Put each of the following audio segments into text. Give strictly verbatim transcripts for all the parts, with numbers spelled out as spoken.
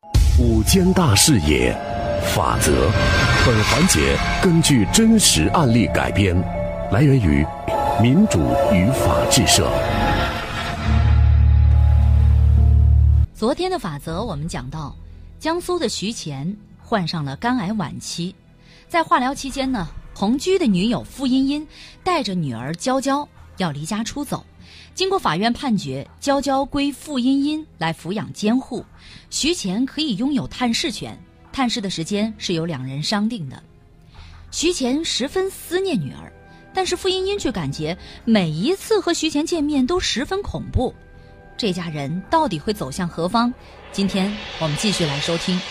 五间大视野法则，本环节根据真实案例改编，来源于民主与法治社。 昨天的法则我们讲到，江苏的徐乾患上了肝癌晚期，在化疗期间呢，同居的女友傅茵茵带着女儿娇娇要离家出走。经过法院判决，娇娇归傅茵茵来抚养监护，徐乾可以拥有探视权，探视的时间是由两人商定的。徐乾十分思念女儿，但是傅茵茵却感觉每一次和徐乾见面都十分恐怖。这家人到底会走向何方？今天我们继续来收听。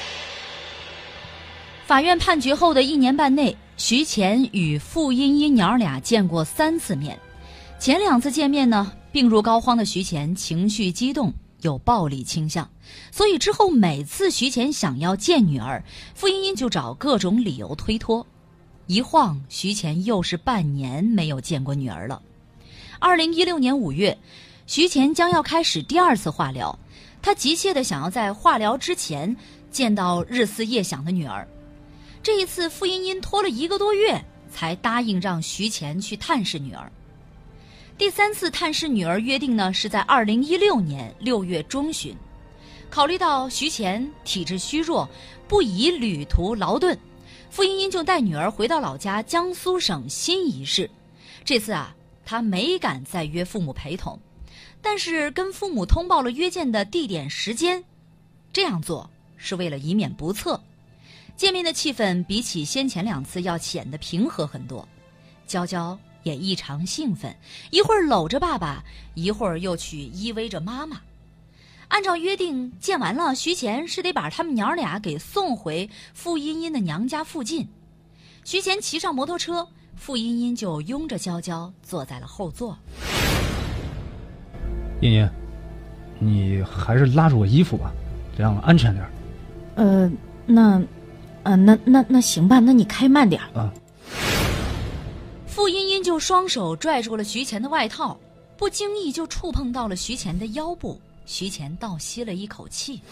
法院判决后的一年半内，徐乾与傅茵茵娘俩见过三次面。前两次见面呢，病入膏肓的徐乾情绪激动，有暴力倾向，所以之后每次徐乾想要见女儿，傅茵茵就找各种理由推脱。一晃徐乾又是半年没有见过女儿了。二零一六年五月，徐乾将要开始第二次化疗，他急切地想要在化疗之前见到日思夜想的女儿。这一次傅茵茵拖了一个多月才答应让徐乾去探视女儿。第三次探视女儿约定呢是在二零一六年六月中旬。考虑到徐乾体质虚弱，不宜旅途劳顿，傅茵茵就带女儿回到老家江苏省新沂市。这次啊，她没敢再约父母陪同，但是跟父母通报了约见的地点时间，这样做是为了以免不测。见面的气氛比起先前两次要显得平和很多，娇娇也异常兴奋，一会儿搂着爸爸，一会儿又去依偎着妈妈。按照约定，见完了徐乾是得把他们娘俩给送回傅茵茵的娘家附近。徐乾骑上摩托车，傅茵茵就拥着娇娇坐在了后座。 茵茵，你还是拉住我衣服吧，这样安全点。 呃，那，呃，那那那行吧，那你开慢点啊。 傅茵茵就双手拽住了徐乾的外套，不经意就触碰到了徐乾的腰部。徐乾倒吸了一口气。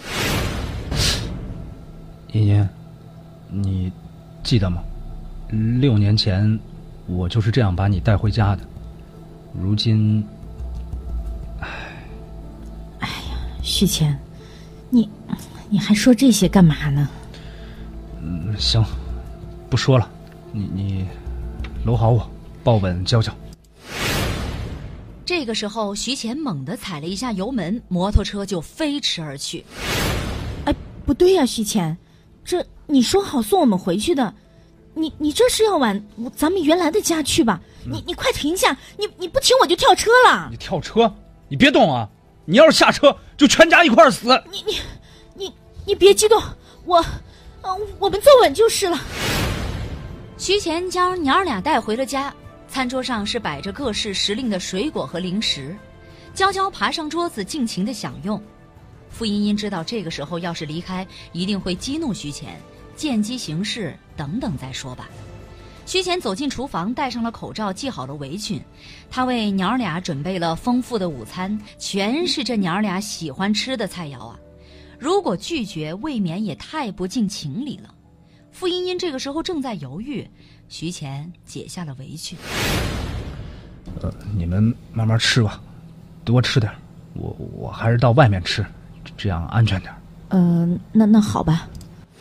茵茵，你记得吗？六年前我就是这样把你带回家的，如今，唉， 哎呀，徐乾，你你还说这些干嘛呢？ 嗯，行，不说了，你你搂好我，抱稳娇娇。 这个时候，徐乾猛地踩了一下油门，摩托车就飞驰而去。 哎，不对呀、啊，徐乾，这你说好送我们回去的，你你这是要往咱们原来的家去吧？嗯、你你快停下！你你不停我就跳车了！ 你跳车？你别动啊！你要是下车，就全家一块儿死！ 你你你你别激动，我，呃，我们坐稳就是了。 徐乾将娘儿俩带回了家。餐桌上是摆着各式时令的水果和零食，娇娇爬上桌子尽情地享用。傅茵茵知道这个时候要是离开，一定会激怒徐乾，见机行事，等等再说吧。徐乾走进厨房，戴上了口罩，系好了围裙。他为娘儿俩准备了丰富的午餐，全是这娘儿俩喜欢吃的菜肴啊。如果拒绝，未免也太不近情理了。傅茵茵这个时候正在犹豫，徐乾解下了围裙。 呃，你们慢慢吃吧，多吃点，我我还是到外面吃，这样安全点。 呃，那那好吧。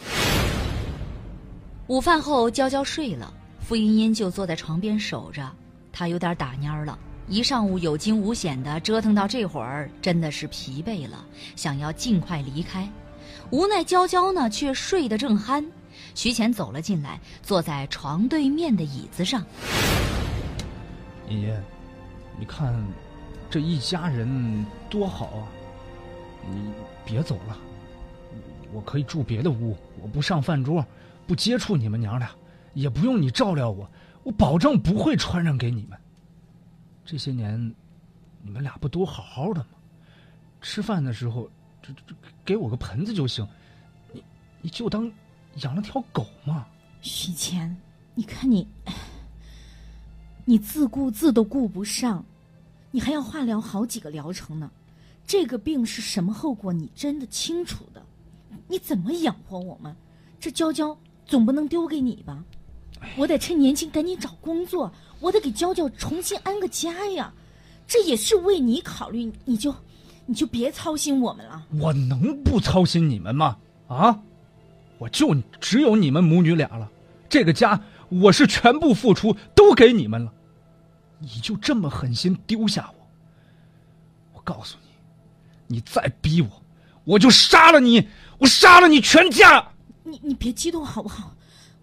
午饭后，娇娇睡了，傅茵茵就坐在床边守着。她有点打蔫了，一上午有惊无险的折腾到这会儿，真的是疲惫了，想要尽快离开。无奈娇娇呢，却睡得正酣。徐乾走了进来，坐在床对面的椅子上。 茵茵，你看这一家人多好啊，你别走了，我可以住别的屋，我不上饭桌，不接触你们娘俩，也不用你照料我，我保证不会传染给你们。这些年你们俩不都好好的吗？吃饭的时候这这给我个盆子就行，你你就当养了条狗嘛。 徐乾，你看你你自顾自都顾不上，你还要化疗好几个疗程呢，这个病是什么后果你真的清楚的。 你怎么养活我们？这娇娇总不能丢给你吧？我得趁年轻赶紧找工作，我得给娇娇重新安个家呀。这也是为你考虑，你就你就别操心我们了。 我能不操心你们吗？啊，我就只有你们母女俩了，这个家我是全部付出都给你们了，你就这么狠心丢下我？我告诉你，你再逼我，我就杀了你，我杀了你全家！ 你你别激动好不好？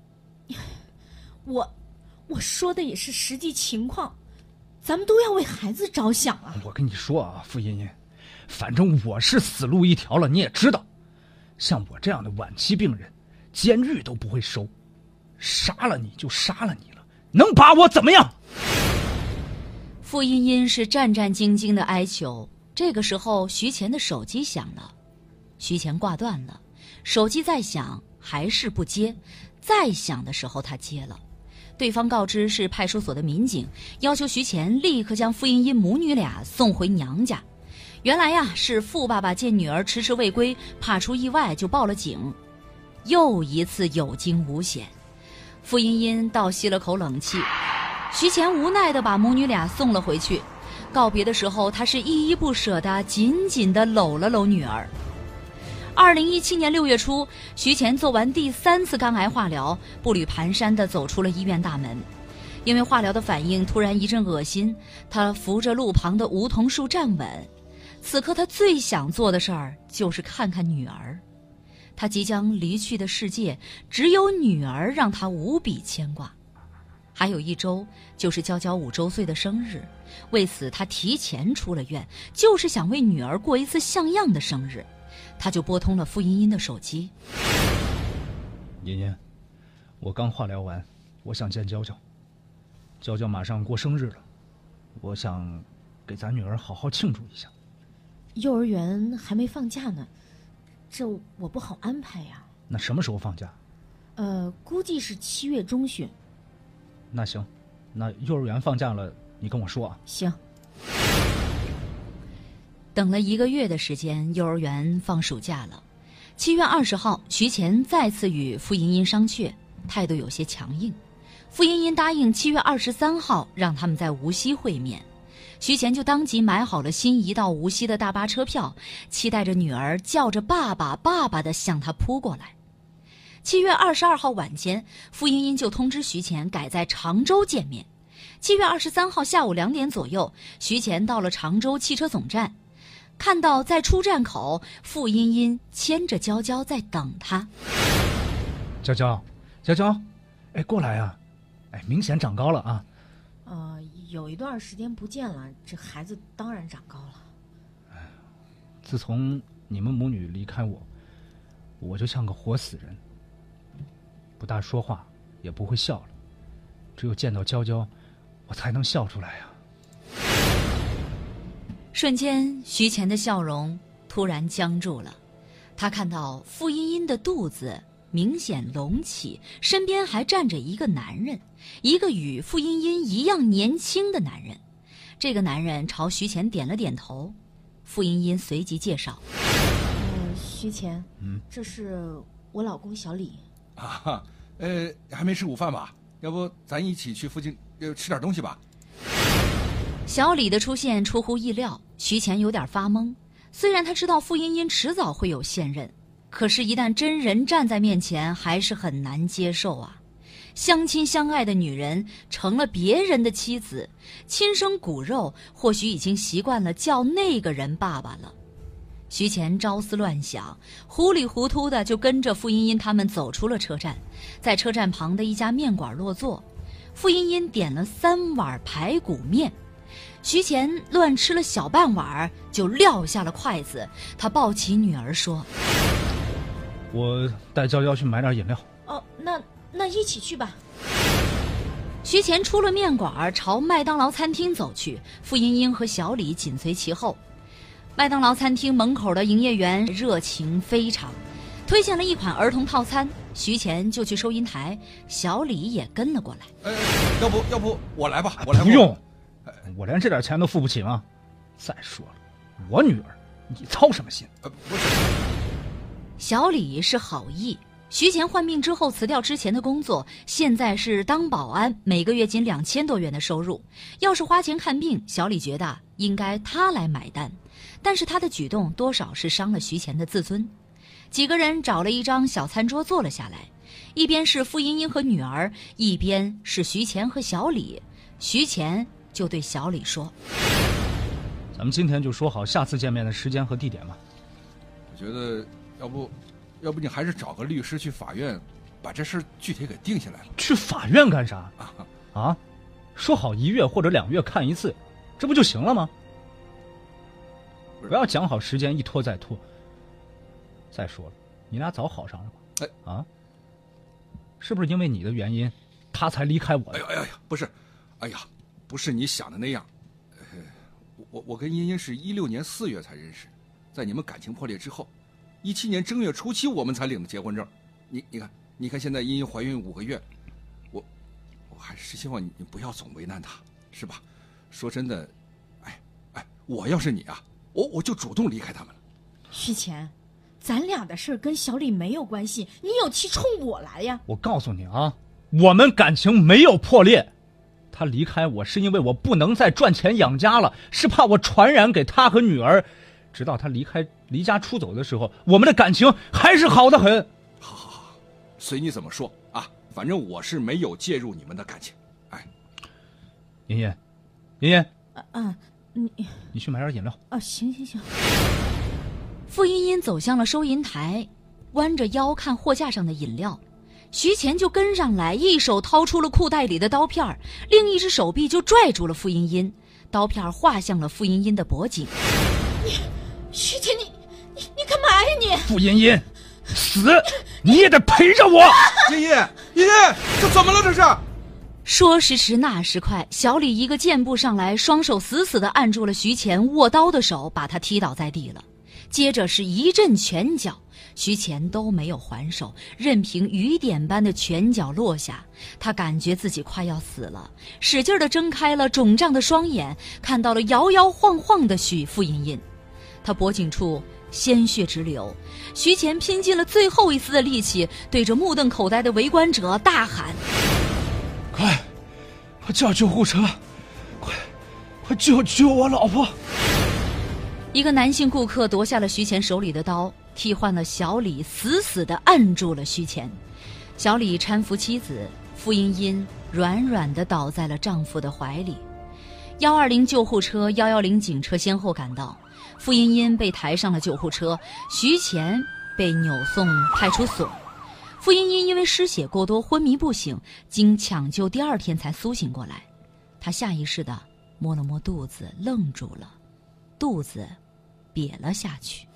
我我说的也是实际情况，咱们都要为孩子着想啊。 我跟你说啊，傅茵茵，反正我是死路一条了，你也知道，像我这样的晚期病人，监狱都不会收，杀了你就杀了你了，能把我怎么样？ 傅茵茵是战战兢兢的哀求。这个时候，徐乾的手机响了，徐乾挂断了，手机再响还是不接，再响的时候他接了，对方告知是派出所的民警，要求徐乾立刻将傅茵茵母女俩送回娘家。原来呀，是傅爸爸见女儿迟迟未归，怕出意外就报了警。又一次有惊无险，傅茵茵倒吸了口冷气，徐乾无奈地把母女俩送了回去。告别的时候，他是依依不舍地紧紧地搂了搂女儿。二零一七年六月初，徐乾做完第三次肝癌化疗，步履蹒跚地走出了医院大门。因为化疗的反应，突然一阵恶心，他扶着路旁的梧桐树站稳。此刻他最想做的事儿就是看看女儿。他即将离去的世界，只有女儿让他无比牵挂。还有一周就是娇娇五周岁的生日，为此他提前出了院，就是想为女儿过一次像样的生日。他就拨通了傅茵茵的手机。 茵茵，我刚化疗完，我想见娇娇。娇娇马上过生日了，我想给咱女儿好好庆祝一下。 幼儿园还没放假呢，这我不好安排呀。 那什么时候放假？ 呃，估计是七月中旬。 那行，那幼儿园放假了，你跟我说啊。 行。 等了一个月的时间，幼儿园放暑假了。七月二十号，徐乾再次与傅茵茵商榷，态度有些强硬。傅茵茵答应七月二十三号让他们在无锡会面。徐乾就当即买好了心仪到无锡的大巴车票，期待着女儿叫着爸爸爸爸地向他扑过来。七月二十二号晚间，傅茵茵就通知徐乾改在常州见面。七月二十三号下午两点左右，徐乾到了常州汽车总站，看到在出站口，傅茵茵牵着娇娇在等他。 娇娇，娇娇，哎，过来啊！哎，明显长高了啊。 呃，有一段时间不见了，这孩子当然长高了。 哎，自从你们母女离开我，我就像个活死人，不大说话，也不会笑了。只有见到娇娇，我才能笑出来呀、啊。 瞬间，徐乾的笑容突然僵住了。他看到傅茵茵的肚子明显隆起，身边还站着一个男人，一个与傅茵茵一样年轻的男人。这个男人朝徐乾点了点头。傅茵茵随即介绍：“ 呃，徐乾， 嗯， 这是我老公小李。 啊，呃，还没吃午饭吧？要不咱一起去附近呃吃点东西吧？” 小李的出现出乎意料，徐乾有点发懵。虽然他知道傅茵茵迟早会有现任，可是一旦真人站在面前，还是很难接受啊。相亲相爱的女人成了别人的妻子，亲生骨肉或许已经习惯了叫那个人爸爸了。徐乾朝思乱想，糊里糊涂的就跟着傅茵茵他们走出了车站，在车站旁的一家面馆落座。傅茵茵点了三碗排骨面，徐乾乱吃了小半碗就撂下了筷子。他抱起女儿说：“ 我带娇娇去买点饮料。” 哦，那那一起去吧。 徐乾出了面馆，朝麦当劳餐厅走去，傅茵茵和小李紧随其后。麦当劳餐厅门口的营业员热情非常，推荐了一款儿童套餐，徐乾就去收银台，小李也跟了过来。 呃，要不要不我来吧，我来。 不用，我连这点钱都付不起吗？再说了，我女儿，你操什么心？ 呃，不是， 小李是好意，徐乾患病之后辞掉之前的工作，现在是当保安，每个月仅两千多元的收入。要是花钱看病，小李觉得应该他来买单，但是他的举动多少是伤了徐乾的自尊。几个人找了一张小餐桌坐了下来，一边是傅茵茵和女儿，一边是徐乾和小李。徐乾就对小李说： 咱们今天就说好下次见面的时间和地点吧。 我觉得要不要不你还是找个律师去法院把这事具体给定下来了。 去法院干啥啊？说好一月或者两月看一次，这不就行了吗？不要讲好时间一拖再拖。再说了，你俩早好上了吗？ 哎啊，是不是因为你的原因他才离开我的？ 哎呀哎呀，不是，哎呀，不是你想的那样。呃，我我跟茵茵是一六年四月才认识，在你们感情破裂之后，一七年正月初七我们才领的结婚证。你你看，你看现在茵茵怀孕五个月，我我还是希望你你不要总为难她，是吧？说真的，哎哎，我要是你啊，我我就主动离开他们了。 徐乾，咱俩的事儿跟小李没有关系，你有气冲我来呀！ 我告诉你啊，我们感情没有破裂。他离开我是因为我不能再赚钱养家了，是怕我传染给他和女儿。直到他离开离家出走的时候，我们的感情还是好得很。 好好好，随你怎么说啊，反正我是没有介入你们的感情。哎， 茵茵，茵茵， 啊啊，你你去买点饮料啊，行行行。 傅茵茵走向了收银台，弯着腰看货架上的饮料。徐乾就跟上来，一手掏出了裤袋里的刀片，另一只手臂就拽住了傅茵茵，刀片划向了傅茵茵的脖颈。 你，徐乾，你你你干嘛呀你？ 傅茵茵，死你也得陪着我。 茵茵，茵茵，这怎么了这是？ 说时迟那时快，小李一个箭步上来，双手死死地按住了徐乾握刀的手，把他踢倒在地了。接着是一阵拳脚，徐乾都没有还手，任凭雨点般的拳脚落下。他感觉自己快要死了，使劲地睁开了肿胀的双眼，看到了摇摇晃晃的许傅茵茵。他脖颈处鲜血直流，徐乾拼尽了最后一丝的力气，对着目瞪口呆的围观者大喊： 快快叫救护车，快快救救我老婆。 一个男性顾客夺下了徐乾手里的刀，替换了小李死死地按住了徐乾。小李搀扶妻子，傅茵茵软软地倒在了丈夫的怀里。幺二零救护车、幺幺零警车先后赶到，傅茵茵被抬上了救护车，徐乾被扭送派出所。傅茵茵因为失血过多昏迷不醒，经抢救第二天才苏醒过来。她下意识地摸了摸肚子，愣住了，肚子瘪了下去。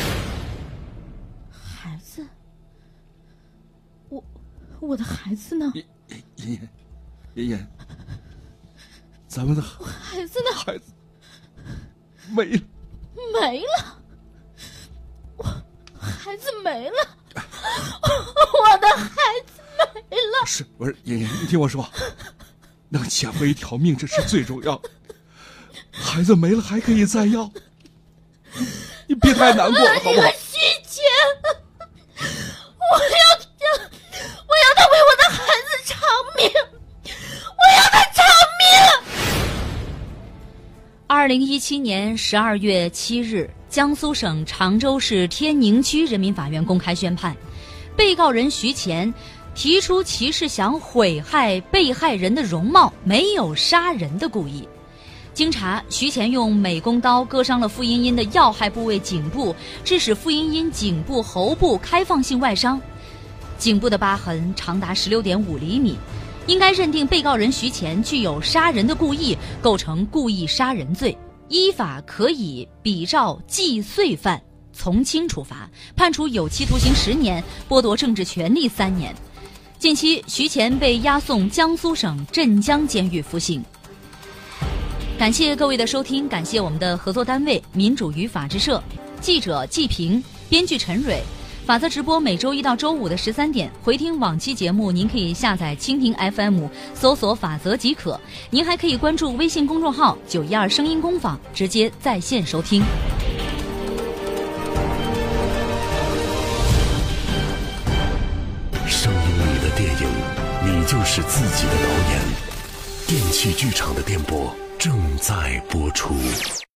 孩子，我我的孩子呢？ 茵茵茵茵茵，咱们的孩子呢？ 孩子没了， 没了，我孩子没了，我的孩子没了。 是不是茵茵？你听我说，能捡回一条命，这是最重要的。孩子没了还可以再要，你别太难过了，好不好？ 徐乾，我要我要他为我的孩子偿命，我要他偿命。 二零一七年十二月七日，江苏省常州市天宁区人民法院公开宣判，被告人徐乾提出其是想毁害被害人的容貌，没有杀人的故意。经查，徐乾用美工刀割伤了傅茵茵的要害部位颈部，致使傅茵茵颈部、喉部开放性外伤，颈部的疤痕长达十六点五厘米，应该认定被告人徐乾具有杀人的故意，构成故意杀人罪，依法可以比照既遂犯从轻处罚，判处有期徒刑十年，剥夺政治权利三年。近期，徐乾被押送江苏省镇江监狱服刑。感谢各位的收听，感谢我们的合作单位民主与法制社，记者季平，编剧陈蕊。法则直播每周一到周五的十三点，回听往期节目，您可以下载蜻蜓 F M 搜索法则即可。您还可以关注微信公众号九一二声音工坊，直接在线收听。 就是自己的导演。电器剧场的电波正在播出。